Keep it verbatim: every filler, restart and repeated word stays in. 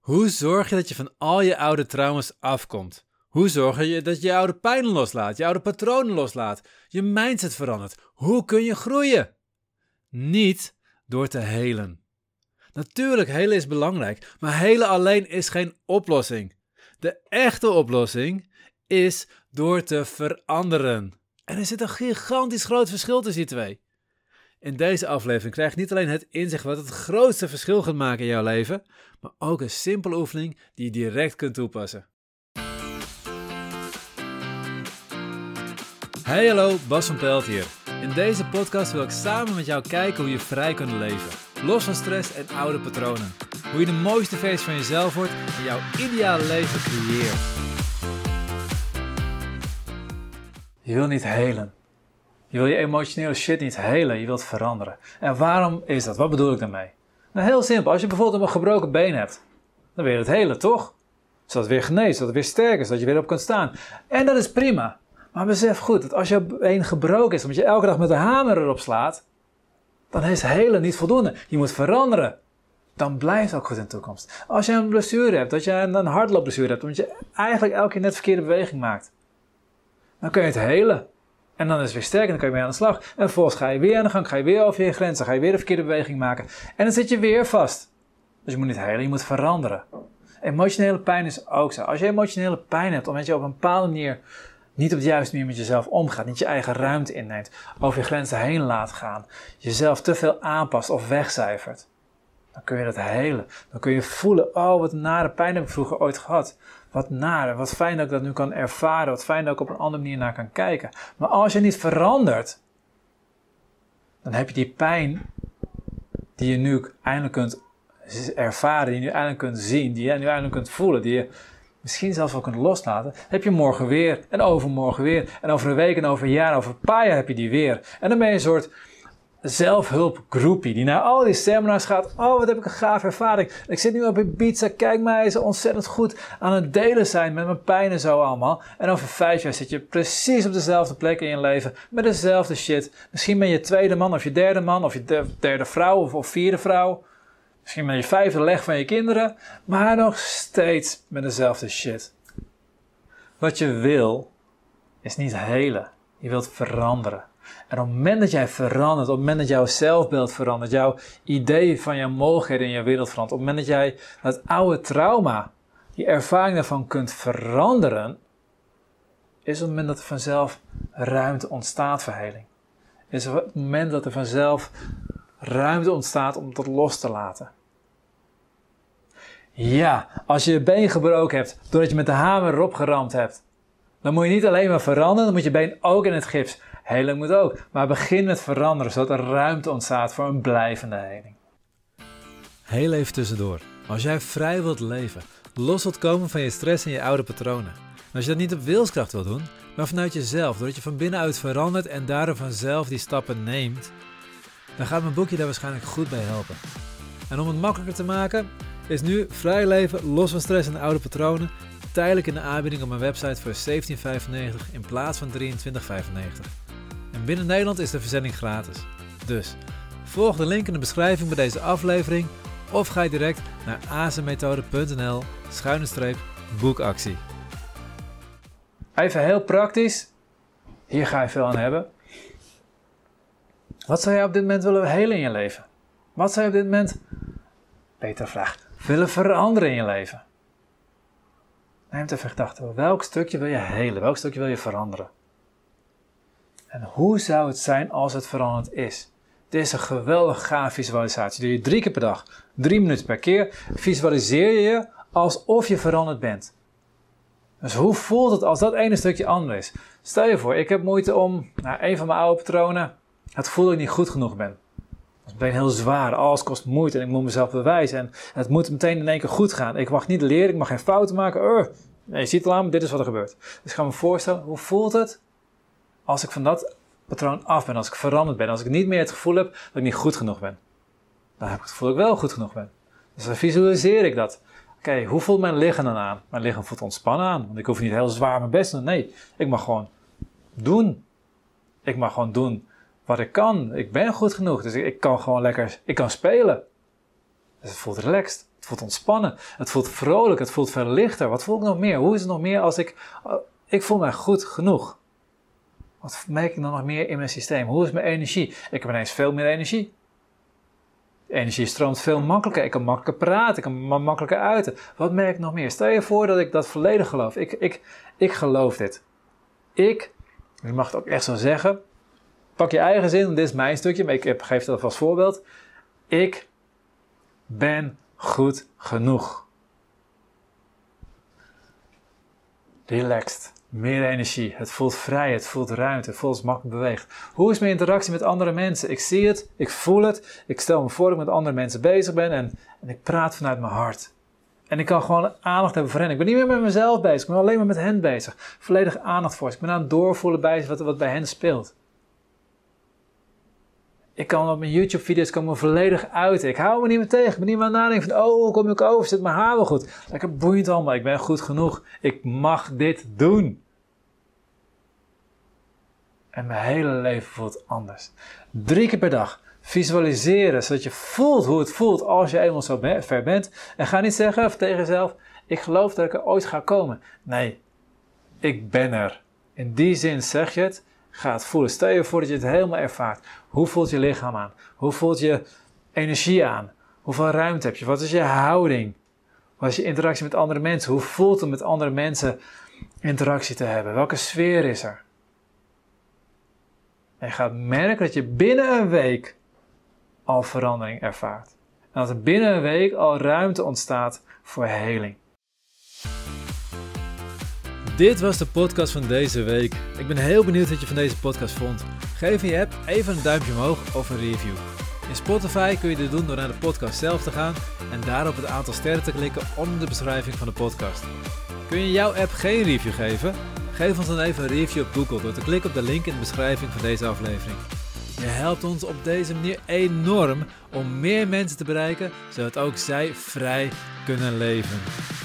Hoe zorg je dat je van al je oude trauma's afkomt? Hoe zorg je dat je je oude pijnen loslaat, je oude patronen loslaat, je mindset verandert? Hoe kun je groeien? Niet door te helen. Natuurlijk, helen is belangrijk, maar helen alleen is geen oplossing. De echte oplossing is door te veranderen. En er zit een gigantisch groot verschil tussen die twee. In deze aflevering krijg je niet alleen het inzicht wat het grootste verschil gaat maken in jouw leven, maar ook een simpele oefening die je direct kunt toepassen. Hey hallo, Bas van Pelt hier. In deze podcast wil ik samen met jou kijken hoe je vrij kunt leven. Los van stress en oude patronen. Hoe je de mooiste versie van jezelf wordt en jouw ideale leven creëert. Je wil niet helen. Je wil je emotionele shit niet helen, je wilt veranderen. En waarom is dat? Wat bedoel ik daarmee? Nou, heel simpel. Als je bijvoorbeeld een gebroken been hebt, dan wil je het helen, toch? Zodat het weer geneest, zodat het weer sterk is, zodat je weer op kunt staan. En dat is prima. Maar besef goed dat als je been gebroken is, omdat je elke dag met de hamer erop slaat, dan is helen niet voldoende. Je moet veranderen. Dan blijft het ook goed in de toekomst. Als je een blessure hebt, dat je een hardloopblessure hebt, omdat je eigenlijk elke keer net verkeerde beweging maakt, dan kun je het helen. En dan is het weer sterk en dan kun je weer aan de slag. En vervolgens ga je weer aan de gang, ga je weer over je grenzen, ga je weer de verkeerde beweging maken. En dan zit je weer vast. Dus je moet niet helen, je moet veranderen. Emotionele pijn is ook zo. Als je emotionele pijn hebt, omdat je op een bepaalde manier niet op de juiste manier met jezelf omgaat, niet je eigen ruimte inneemt, over je grenzen heen laat gaan, jezelf te veel aanpast of wegcijfert, dan kun je dat helen. Dan kun je voelen, oh wat nare pijn heb ik vroeger ooit gehad. Wat nare, wat fijn dat ik dat nu kan ervaren, wat fijn dat ik op een andere manier naar kan kijken. Maar als je niet verandert, dan heb je die pijn die je nu eindelijk kunt ervaren, die je nu eindelijk kunt zien, die je nu eindelijk kunt voelen, die je misschien zelfs wel kunt loslaten, heb je morgen weer en overmorgen weer. En over een week en over een jaar, over een paar jaar heb je die weer. En dan ben je een soort zelfhulpgroepie die naar al die seminars gaat. Oh, wat heb ik een gaaf ervaring. Ik zit nu op Ibiza, kijk mij eens ontzettend goed aan het delen zijn met mijn pijn en zo allemaal. En over vijf jaar zit je precies op dezelfde plek in je leven met dezelfde shit. Misschien ben je tweede man of je derde man of je derde vrouw of, of vierde vrouw. Misschien ben je vijfde leg van je kinderen, maar nog steeds met dezelfde shit. Wat je wil, is niet helen. Je wilt veranderen. En op het moment dat jij verandert, op het moment dat jouw zelfbeeld verandert, jouw idee van jouw mogelijkheden in je wereld verandert, op het moment dat jij dat oude trauma, die ervaring daarvan kunt veranderen, is op het moment dat er vanzelf ruimte ontstaat voor heling. Is op het moment dat er vanzelf ruimte ontstaat om dat los te laten. Ja, als je je been gebroken hebt doordat je met de hamer erop geramd hebt, dan moet je niet alleen maar veranderen, dan moet je been ook in het gips. Heling moet ook, maar begin met veranderen, zodat er ruimte ontstaat voor een blijvende heling. Heel even tussendoor. Als jij vrij wilt leven, los wilt komen van je stress en je oude patronen. En als je dat niet op wilskracht wilt doen, maar vanuit jezelf, doordat je van binnenuit verandert en daardoor vanzelf die stappen neemt, dan gaat mijn boekje daar waarschijnlijk goed bij helpen. En om het makkelijker te maken, is nu vrij leven, los van stress en oude patronen, tijdelijk in de aanbieding op mijn website voor zeventien vijfennegentig in plaats van drieëntwintig vijfennegentig. En binnen Nederland is de verzending gratis. Dus volg de link in de beschrijving bij deze aflevering of ga je direct naar azemethode.nl schuine streep boekactie. Even heel praktisch, hier ga je veel aan hebben. Wat zou jij op dit moment willen helen in je leven? Wat zou je op dit moment, betere vraag, willen veranderen in je leven? Neem het even gedachten. Welk stukje wil je helen? Welk stukje wil je veranderen? En hoe zou het zijn als het veranderd is? Dit is een geweldig gaaf visualisatie. Doe je drie keer per dag, drie minuten per keer, visualiseer je je alsof je veranderd bent. Dus hoe voelt het als dat ene stukje anders is? Stel je voor, ik heb moeite om, nou, een van mijn oude patronen, het gevoel dat ik niet goed genoeg ben. Ik ben heel zwaar, alles kost moeite en ik moet mezelf bewijzen. En het moet meteen in één keer goed gaan. Ik mag niet leren, ik mag geen fouten maken. Uh, nee, je ziet het al aan, dit is wat er gebeurt. Dus ik ga me voorstellen, hoe voelt het als ik van dat patroon af ben, als ik veranderd ben, als ik niet meer het gevoel heb dat ik niet goed genoeg ben. Dan heb ik het gevoel dat ik wel goed genoeg ben. Dus dan visualiseer ik dat. Oké, okay, hoe voelt mijn lichaam dan aan? Mijn lichaam voelt ontspannen aan, want ik hoef niet heel zwaar mijn best te doen. Nee, ik mag gewoon doen. Ik mag gewoon doen wat ik kan. Ik ben goed genoeg, dus ik, ik kan gewoon lekker, ik kan spelen. Dus het voelt relaxed. Het voelt ontspannen. Het voelt vrolijk. Het voelt veel lichter. Wat voel ik nog meer? Hoe is het nog meer als ik... Uh, ik voel mij goed genoeg. Wat merk ik dan nog meer in mijn systeem? Hoe is mijn energie? Ik heb ineens veel meer energie. De energie stroomt veel makkelijker. Ik kan makkelijker praten. Ik kan me makkelijker uiten. Wat merk ik nog meer? Stel je voor dat ik dat volledig geloof. Ik, ik, ik geloof dit. Ik, je mag het ook echt zo zeggen. Pak je eigen zin, want dit is mijn stukje. Maar ik heb, geef dat als voorbeeld. Ik ben goed genoeg. Relaxed. Meer energie. Het voelt vrij. Het voelt ruimte. Het voelt makkelijk beweegt. Hoe is mijn interactie met andere mensen? Ik zie het. Ik voel het. Ik stel me voor dat ik met andere mensen bezig ben. En, en ik praat vanuit mijn hart. En ik kan gewoon aandacht hebben voor hen. Ik ben niet meer met mezelf bezig. Ik ben alleen maar met hen bezig. Volledig aandacht voor ze. Ik ben aan het doorvoelen bij wat, wat bij hen speelt. Ik kan op mijn YouTube-video's komen volledig uiten. Ik hou me niet meer tegen. Ik ben niet meer aan het nadenken van, oh, hoe kom ik over? Zit mijn haar wel goed? Lekker boeiend allemaal. Ik ben goed genoeg. Ik mag dit doen. En mijn hele leven voelt anders. Drie keer per dag. Visualiseren, zodat je voelt hoe het voelt als je eenmaal zo ver bent. En ga niet zeggen tegen jezelf, ik geloof dat ik er ooit ga komen. Nee, ik ben er. In die zin zeg je het. Ga het voelen. Stel je voor dat je het helemaal ervaart. Hoe voelt je lichaam aan? Hoe voelt je energie aan? Hoeveel ruimte heb je? Wat is je houding? Wat is je interactie met andere mensen? Hoe voelt het met andere mensen interactie te hebben? Welke sfeer is er? En je gaat merken dat je binnen een week al verandering ervaart. En dat er binnen een week al ruimte ontstaat voor heling. Dit was de podcast van deze week. Ik ben heel benieuwd wat je van deze podcast vond. Geef in je app even een duimpje omhoog of een review. In Spotify kun je dit doen door naar de podcast zelf te gaan en daar op het aantal sterren te klikken onder de beschrijving van de podcast. Kun je jouw app geen review geven? Geef ons dan even een review op Google door te klikken op de link in de beschrijving van deze aflevering. Je helpt ons op deze manier enorm om meer mensen te bereiken, zodat ook zij vrij kunnen leven.